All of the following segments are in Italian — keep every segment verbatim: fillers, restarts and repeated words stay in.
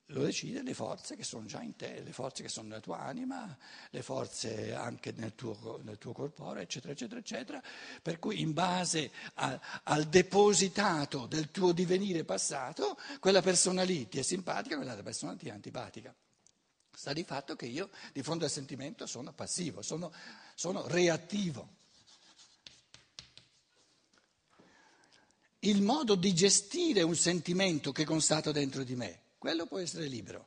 lo decide le forze che sono già in te, le forze che sono nella tua anima, le forze anche nel tuo, nel tuo corpore, eccetera, eccetera, eccetera. Per cui in base a, al depositato del tuo divenire passato, quella persona lì ti è simpatica, quell'altra persona ti è antipatica. Sta di fatto che io di fronte al sentimento sono passivo, sono, sono reattivo. Il modo di gestire un sentimento che constato dentro di me, quello può essere libero.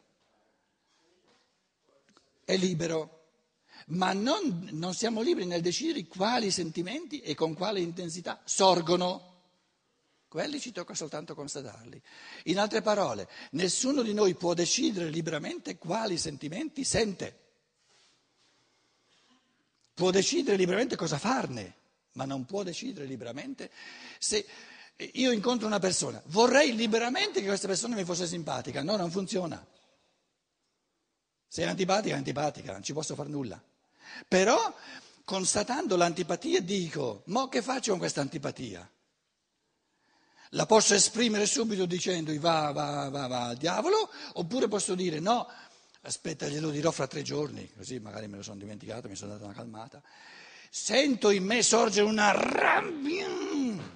È libero, ma non, non siamo liberi nel decidere quali sentimenti e con quale intensità sorgono. Quelli ci tocca soltanto constatarli. In altre parole, nessuno di noi può decidere liberamente quali sentimenti sente. Può decidere liberamente cosa farne, ma non può decidere liberamente se io incontro una persona, vorrei liberamente che questa persona mi fosse simpatica. No, non funziona. Se è antipatica, è antipatica, non ci posso fare nulla. Però, constatando l'antipatia, dico, ma che faccio con questa antipatia? La posso esprimere subito dicendo va, va, va, va al diavolo, oppure posso dire no, aspetta, glielo dirò fra tre giorni, così magari me lo sono dimenticato, mi sono dato una calmata. Sento in me sorgere una rabbia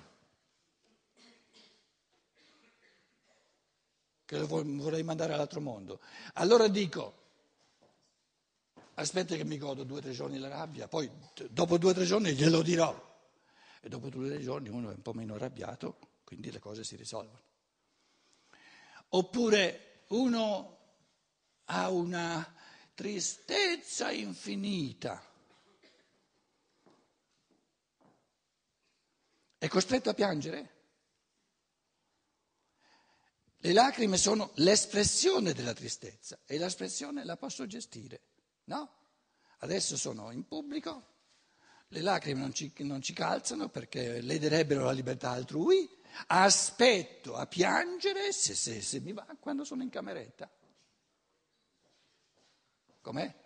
che vorrei mandare all'altro mondo. Allora dico, aspetta che mi godo due o tre giorni la rabbia, poi dopo due o tre giorni glielo dirò. E dopo due o tre giorni uno è un po' meno arrabbiato, quindi le cose si risolvono. Oppure uno ha una tristezza infinita, è costretto a piangere? Le lacrime sono l'espressione della tristezza e l'espressione la posso gestire, no? Adesso sono in pubblico, le lacrime non ci, non ci calzano perché lederebbero la libertà altrui, aspetto a piangere se, se, se mi va quando sono in cameretta. Com'è?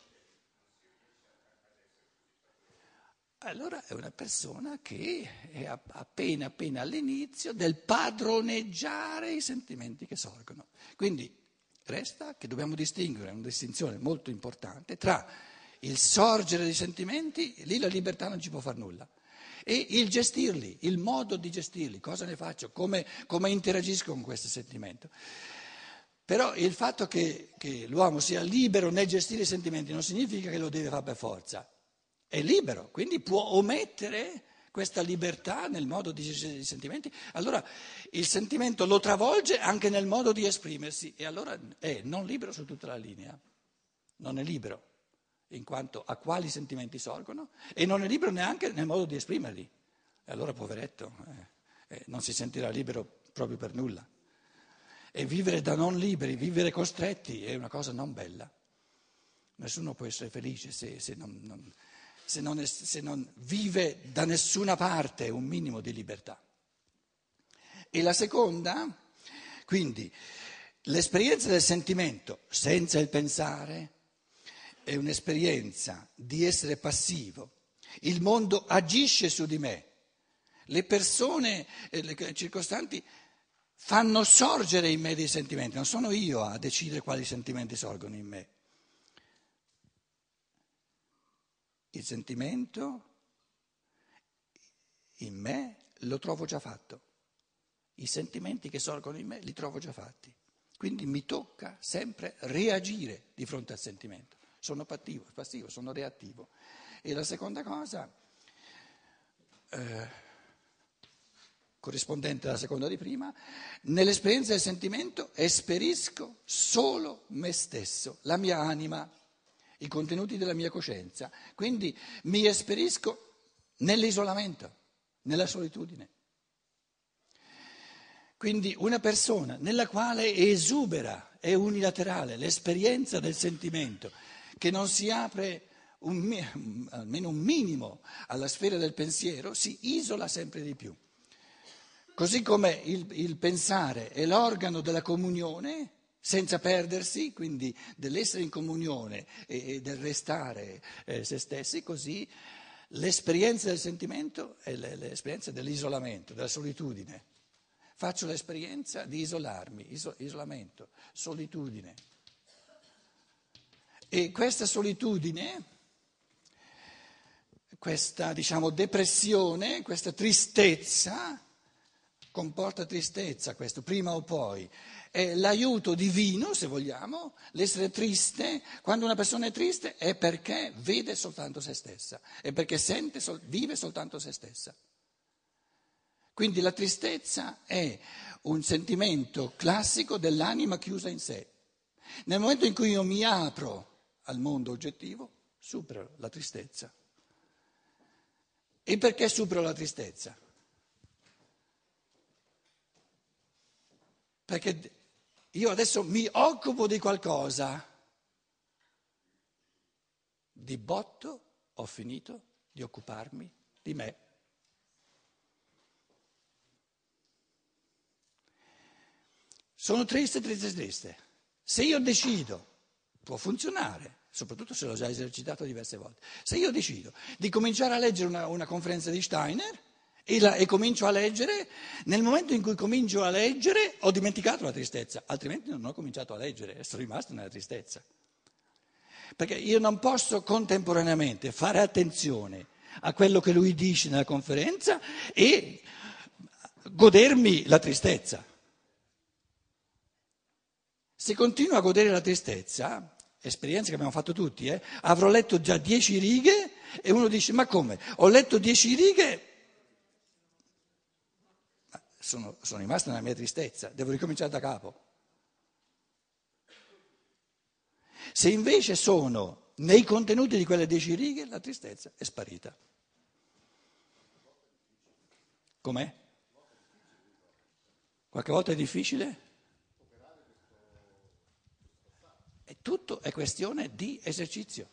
Allora è una persona che è appena appena all'inizio del padroneggiare i sentimenti che sorgono. Quindi resta che dobbiamo distinguere, una distinzione molto importante, tra il sorgere dei sentimenti, lì la libertà non ci può far nulla, e il gestirli, il modo di gestirli, cosa ne faccio, come, come interagisco con questo sentimento. Però il fatto che, che l'uomo sia libero nel gestire i sentimenti non significa che lo deve fare per forza. È libero, quindi può omettere questa libertà nel modo di gestire i sentimenti. Allora il sentimento lo travolge anche nel modo di esprimersi e allora è non libero su tutta la linea. Non è libero in quanto a quali sentimenti sorgono e non è libero neanche nel modo di esprimerli. E allora poveretto, eh, eh, non si sentirà libero proprio per nulla. E vivere da non liberi, vivere costretti è una cosa non bella. Nessuno può essere felice se, se non... non Se non, è, se non vive da nessuna parte un minimo di libertà. E la seconda, quindi, l'esperienza del sentimento senza il pensare è un'esperienza di essere passivo. Il mondo agisce su di me, le persone, le circostanti fanno sorgere in me dei sentimenti, non sono io a decidere quali sentimenti sorgono in me. Il sentimento in me lo trovo già fatto, i sentimenti che sorgono in me li trovo già fatti, quindi mi tocca sempre reagire di fronte al sentimento, sono passivo, passivo sono reattivo. E la seconda cosa, eh, corrispondente alla seconda di prima, nell'esperienza del sentimento esperisco solo me stesso, la mia anima, i contenuti della mia coscienza, quindi mi esperisco nell'isolamento, nella solitudine. Quindi una persona nella quale esubera, è unilaterale, l'esperienza del sentimento, che non si apre un, almeno un minimo alla sfera del pensiero, si isola sempre di più. Così come il, il pensare è l'organo della comunione, senza perdersi, quindi dell'essere in comunione e, e del restare eh, se stessi, così l'esperienza del sentimento è l'esperienza dell'isolamento, della solitudine. faccio l'esperienza di isolarmi, iso- isolamento, solitudine. E questa solitudine, questa, diciamo, depressione, questa tristezza, comporta tristezza questo, prima o poi. È l'aiuto divino, se vogliamo, l'essere triste. Quando una persona è triste è perché vede soltanto se stessa, è perché sente, sol- vive soltanto se stessa. Quindi la tristezza è un sentimento classico dell'anima chiusa in sé. Nel momento in cui io mi apro al mondo oggettivo, supero la tristezza. E perché supero la tristezza? Perché io adesso mi occupo di qualcosa, di botto ho finito di occuparmi di me. Sono triste, triste, triste. Se io decido, può funzionare, soprattutto se l'ho già esercitato diverse volte, se io decido di cominciare a leggere una, una conferenza di Steiner e, la, e comincio a leggere, nel momento in cui comincio a leggere ho dimenticato la tristezza, altrimenti non ho cominciato a leggere, sono rimasto nella tristezza. Perché io non posso contemporaneamente fare attenzione a quello che lui dice nella conferenza e godermi la tristezza. Se continuo a godere la tristezza, esperienza che abbiamo fatto tutti, eh, avrò letto già dieci righe e uno dice: ma come? Ho letto dieci righe, sono, sono rimasto nella mia tristezza, devo ricominciare da capo. Se invece sono nei contenuti di quelle dieci righe, la tristezza è sparita. Com'è? Qualche volta è difficile? E tutto è questione di esercizio.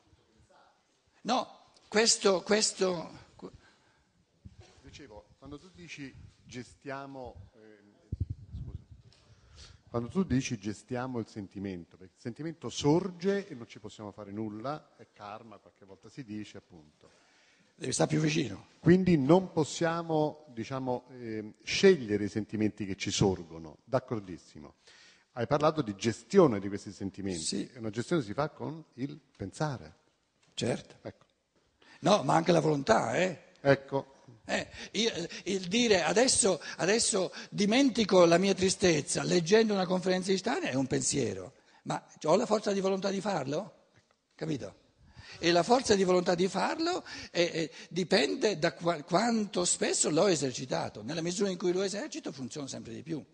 No, questo, questo... Dicevo, quando tu dici gestiamo, eh, scusa, quando tu dici gestiamo il sentimento, perché il sentimento sorge e non ci possiamo fare nulla, è karma, qualche volta si dice, appunto. Devi stare più vicino. Quindi non possiamo, diciamo, eh, scegliere i sentimenti che ci sorgono, d'accordissimo. Hai parlato di gestione di questi sentimenti. Sì. E una gestione si fa con il pensare. Certo. Ecco. No, ma anche la volontà, eh? Ecco. Eh, io- il dire adesso, adesso dimentico la mia tristezza leggendo una conferenza di Steiner è un pensiero, ma ho la forza di volontà di farlo? Capito? E la forza di volontà di farlo è- è- dipende da qua- quanto spesso l'ho esercitato. Nella misura in cui lo esercito funziona sempre di più.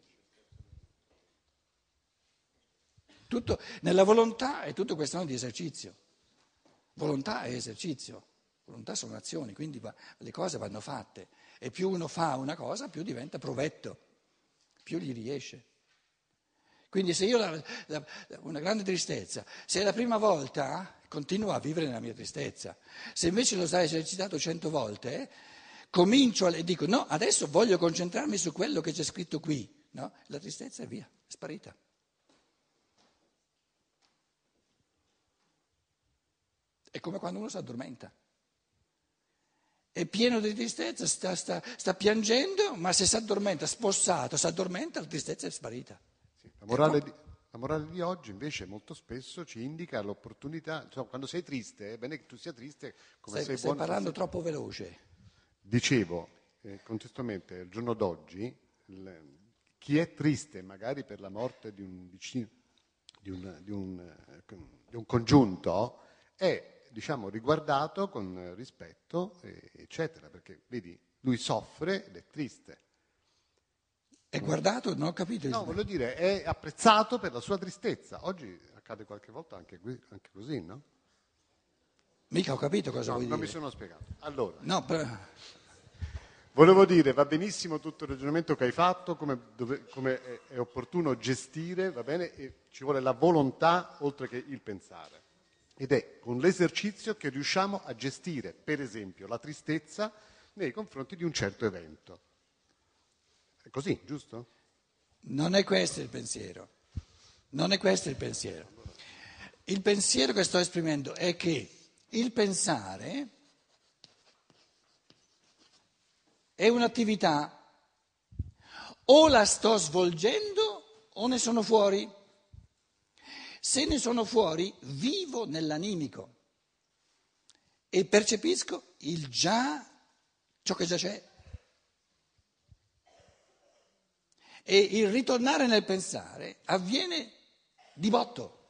Tutto, nella volontà è tutto questione di esercizio. Volontà è esercizio, volontà sono azioni, quindi va, le cose vanno fatte. E più uno fa una cosa, più diventa provetto, più gli riesce. Quindi se io ho una grande tristezza, se è la prima volta, continuo a vivere nella mia tristezza. Se invece lo sai esercitato cento volte, comincio e dico no, adesso voglio concentrarmi su quello che c'è scritto qui. No? La tristezza è via, è sparita. È come quando uno si addormenta. È pieno di tristezza, sta, sta, sta piangendo, ma se si addormenta, spossato, si addormenta, la tristezza è sparita. Sì, la, morale di, la morale di oggi invece molto spesso ci indica l'opportunità, insomma, quando sei triste, è bene che tu sia triste come Stai, sei stai buono. parlando sei... troppo veloce. Dicevo, eh, contestualmente, il giorno d'oggi, il, chi è triste magari per la morte di un vicino, di un, di un, eh, di un congiunto, è diciamo riguardato con rispetto, eh, eccetera, perché vedi, lui soffre ed è triste. È guardato? Non ho capito. No, voglio dire, è apprezzato per la sua tristezza. Oggi accade qualche volta anche, qui, anche così, no? Mica ho capito cosa No, vuoi non mi dire. sono spiegato. Allora, No, però- volevo dire, va benissimo tutto il ragionamento che hai fatto, come, dove- come è, è opportuno gestire, va bene, e ci vuole la volontà oltre che il pensare. Ed è con l'esercizio che riusciamo a gestire, per esempio, la tristezza nei confronti di un certo evento. È così, giusto? non è questo il pensiero. Non è questo il pensiero. Il pensiero che sto esprimendo è che il pensare è un'attività O la sto svolgendo o ne sono fuori. Se ne sono fuori, vivo nell'animico e percepisco il già, ciò che già c'è. E il ritornare nel pensare avviene di botto.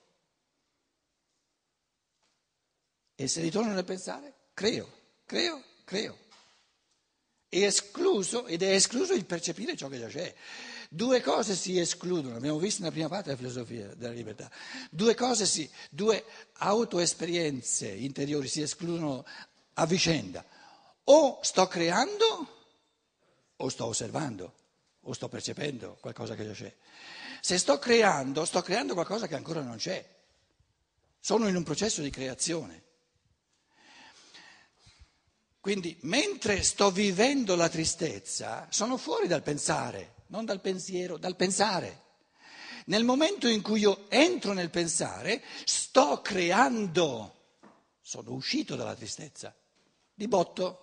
E se ritorno nel pensare, creo, creo, creo. È escluso, ed è escluso il percepire ciò che già c'è. Due cose si escludono, abbiamo visto nella prima parte della filosofia della libertà. Due cose si, due autoesperienze interiori si escludono a vicenda. O sto creando o sto osservando. O sto percependo qualcosa che già c'è. Se sto creando, sto creando qualcosa che ancora non c'è. Sono in un processo di creazione. Quindi, mentre sto vivendo la tristezza, sono fuori dal pensare, non dal pensiero, dal pensare. Nel momento in cui io entro nel pensare, sto creando. Sono uscito dalla tristezza. Di botto.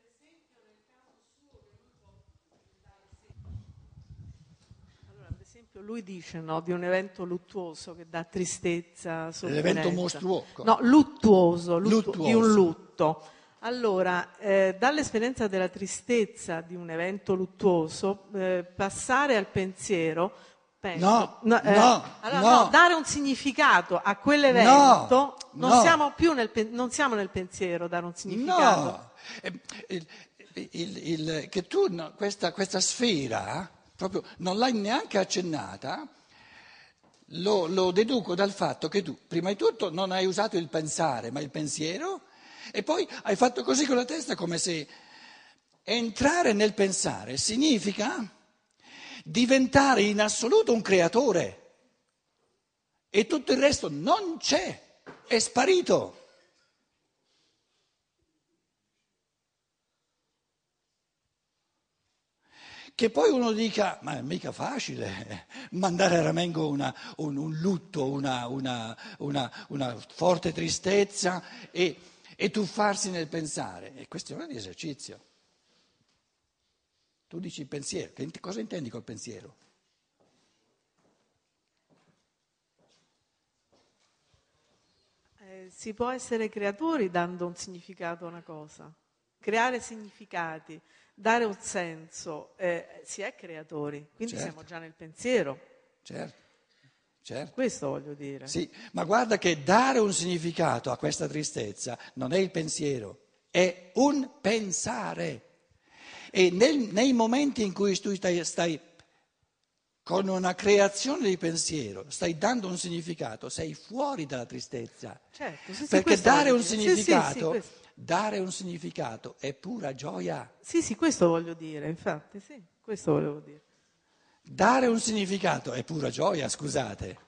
Lui dice, no, di un evento luttuoso che dà tristezza, sofferenza. L'evento mostruoso. No, luttuoso, luttu- luttuoso. di un lutto. Allora, eh, dall'esperienza della tristezza di un evento luttuoso, eh, passare al pensiero, penso, No, no, eh, no, allora, no. no, dare un significato a quell'evento, No, non no. siamo più nel, pen- non siamo nel pensiero, dare un significato. No, Eh, il, il, il, che tu no, questa, questa sfera proprio non l'hai neanche accennata, lo, lo deduco dal fatto che tu, prima di tutto, non hai usato il pensare, ma il pensiero, e poi hai fatto così con la testa come se entrare nel pensare significa diventare in assoluto un creatore e tutto il resto non c'è, è sparito. Che poi uno dica, ma è mica facile mandare a ramengo una, un, un lutto, una, una, una, una forte tristezza e, e tuffarsi nel pensare. È questione di esercizio. Tu dici il pensiero, che cosa intendi col pensiero? Eh, si può essere creatori dando un significato a una cosa, creare significati, dare un senso, eh, si è creatori, quindi Certo. siamo già nel pensiero. Certo, certo. Questo voglio dire. Sì, ma guarda che dare un significato a questa tristezza non è il pensiero, è un pensare. E nel, nei momenti in cui tu stai, stai con una creazione di pensiero, stai dando un significato, sei fuori dalla tristezza. Certo, sì, sì, Perché questo dare voglio un dire. Sì, sì, significato, sì, questo. dare un significato è pura gioia. Sì, sì, questo voglio dire, infatti, sì, questo volevo dire. Dare un significato è pura gioia, scusate.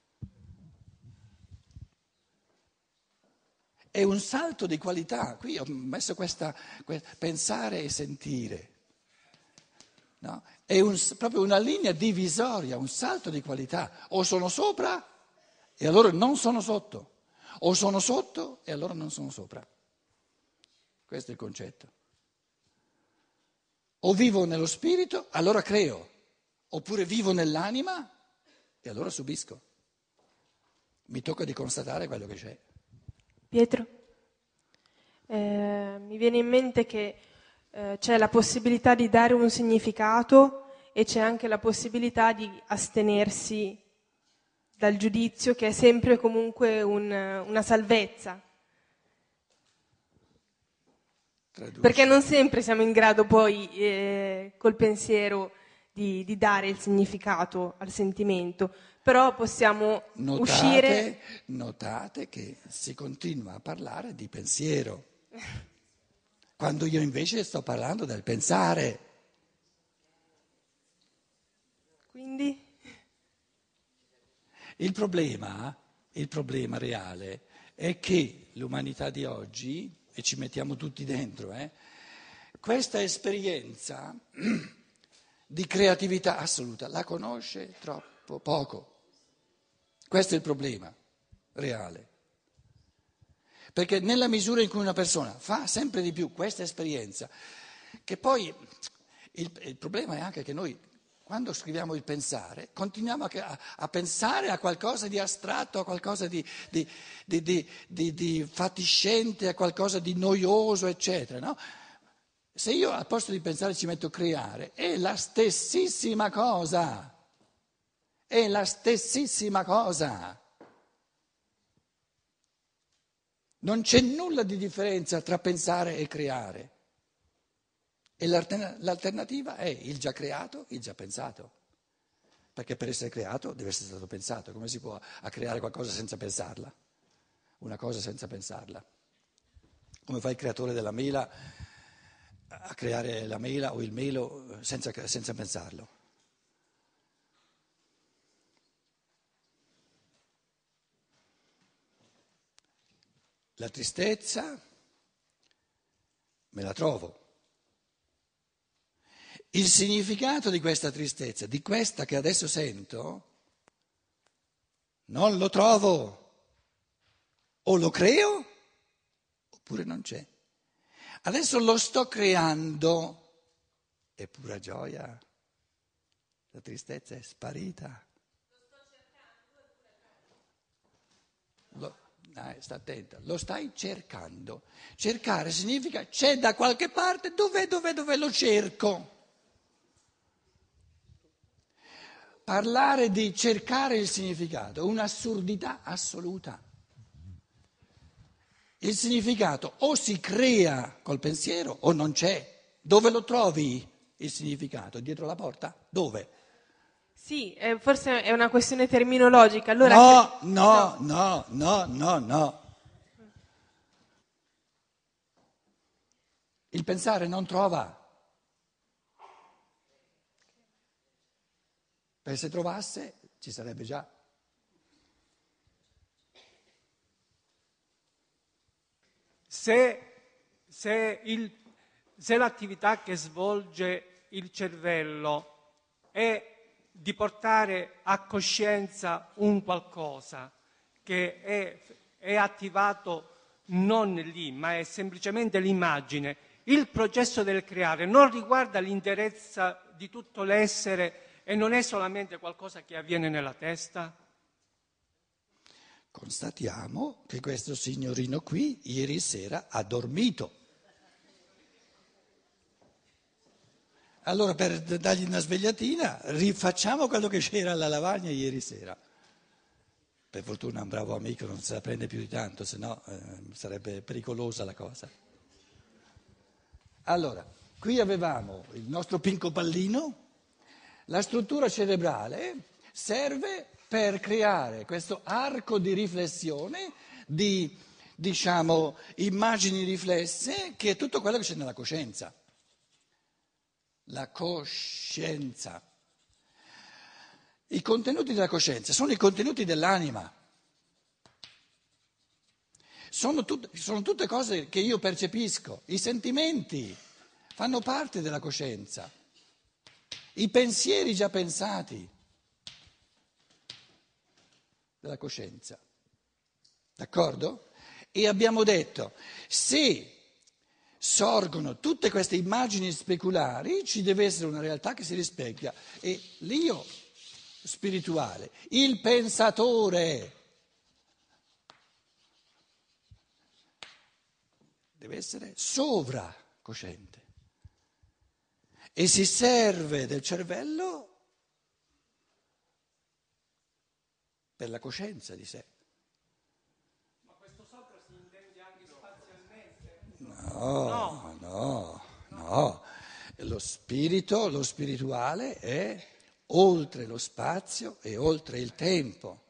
È un salto di qualità. Qui ho messo questa, que- pensare e sentire. No? È un, proprio una linea divisoria, un salto di qualità. O sono sopra e allora non sono sotto, o sono sotto e allora non sono sopra. Questo è il concetto. O vivo nello spirito, allora creo, oppure vivo nell'anima e allora subisco. Mi tocca di constatare quello che c'è. Pietro, eh, mi viene in mente che eh, c'è la possibilità di dare un significato e c'è anche la possibilità di astenersi dal giudizio, che è sempre comunque un, una salvezza. Traduci. Perché non sempre siamo in grado poi eh, col pensiero di, di dare il significato al sentimento, però possiamo Notate, uscire... notate che si continua a parlare di pensiero, quando io invece sto parlando del pensare. Quindi? Il problema, il problema reale è che l'umanità di oggi, e ci mettiamo tutti dentro, eh, questa esperienza di creatività assoluta la conosce troppo poco. Questo è il problema reale. Perché nella misura in cui una persona fa sempre di più questa esperienza, che poi il, il problema è anche che noi quando scriviamo il pensare, continuiamo a, a pensare a qualcosa di astratto, a qualcosa di, di, di, di, di, di fatiscente, a qualcosa di noioso, eccetera, no? Se io al posto di pensare ci metto creare, è la stessissima cosa, è la stessissima cosa. Non c'è nulla di differenza tra pensare e creare. E l'alternativa è il già creato, il già pensato. Perché per essere creato deve essere stato pensato. Come si può a creare qualcosa senza pensarla? Una cosa senza pensarla. Come fa il creatore della mela a creare la mela o il melo senza, senza pensarlo? La tristezza me la trovo. Il significato di questa tristezza, di questa che adesso sento, non lo trovo. O lo creo oppure non c'è. Adesso lo sto creando, è pura gioia. La tristezza è sparita. Lo, dai, sta attenta, lo stai cercando. Cercare significa c'è da qualche parte, dov'è, dov'è, dov'è, lo cerco. Parlare di cercare il significato è un'assurdità assoluta. Il significato o si crea col pensiero o non c'è. Dove lo trovi il significato? Dietro la porta? Dove? Sì, eh, forse è una questione terminologica. Allora no, che... no, no, no, no, no. Il pensare non trova. Perché se trovasse ci sarebbe già. Se, se, il, se l'attività che svolge il cervello è di portare a coscienza un qualcosa che è, è attivato non lì, ma è semplicemente l'immagine, il processo del creare non riguarda l'interezza di tutto l'essere e non è solamente qualcosa che avviene nella testa? Constatiamo che questo signorino qui ieri sera ha dormito. Allora per dargli una svegliatina rifacciamo quello che c'era alla lavagna ieri sera. Per fortuna un bravo amico non se la prende più di tanto, se no eh, sarebbe pericolosa la cosa. Allora, qui avevamo il nostro pinco pallino, la struttura cerebrale serve per creare questo arco di riflessione, di, diciamo, immagini riflesse, che è tutto quello che c'è nella coscienza. La coscienza. I contenuti della coscienza sono i contenuti dell'anima. Sono, tut- sono tutte cose che io percepisco. I sentimenti fanno parte della coscienza. I pensieri già pensati della coscienza. D'accordo? E abbiamo detto, se sorgono tutte queste immagini speculari, ci deve essere una realtà che si rispecchia. E l'io spirituale, il pensatore, deve essere sovracosciente. E si serve del cervello per la coscienza di sé. Ma questo sopra si intende anche spazialmente? No, no, no, no. Lo spirito, lo spirituale è oltre lo spazio e oltre il tempo.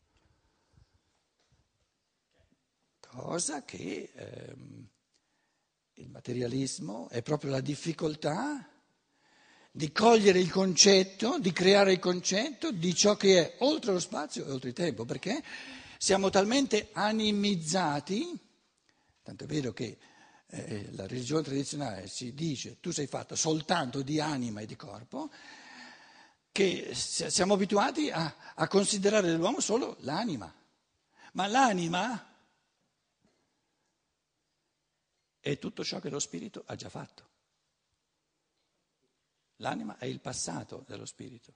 Cosa che ehm, il materialismo è proprio la difficoltà di cogliere il concetto, di creare il concetto di ciò che è oltre lo spazio e oltre il tempo, perché siamo talmente animizzati, tanto è vero che eh, la religione tradizionale ci dice tu sei fatto soltanto di anima e di corpo, che siamo abituati a, a considerare nell'uomo solo l'anima, ma l'anima è tutto ciò che lo spirito ha già fatto. L'anima è il passato dello spirito.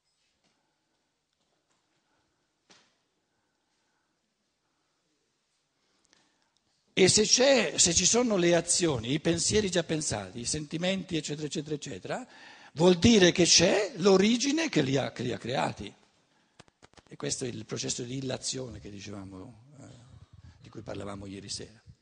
E se, c'è, se ci sono le azioni, i pensieri già pensati, i sentimenti, eccetera, eccetera, eccetera, vuol dire che c'è l'origine che li ha, che li ha creati. E questo è il processo di illazione che dicevamo, eh, di cui parlavamo ieri sera.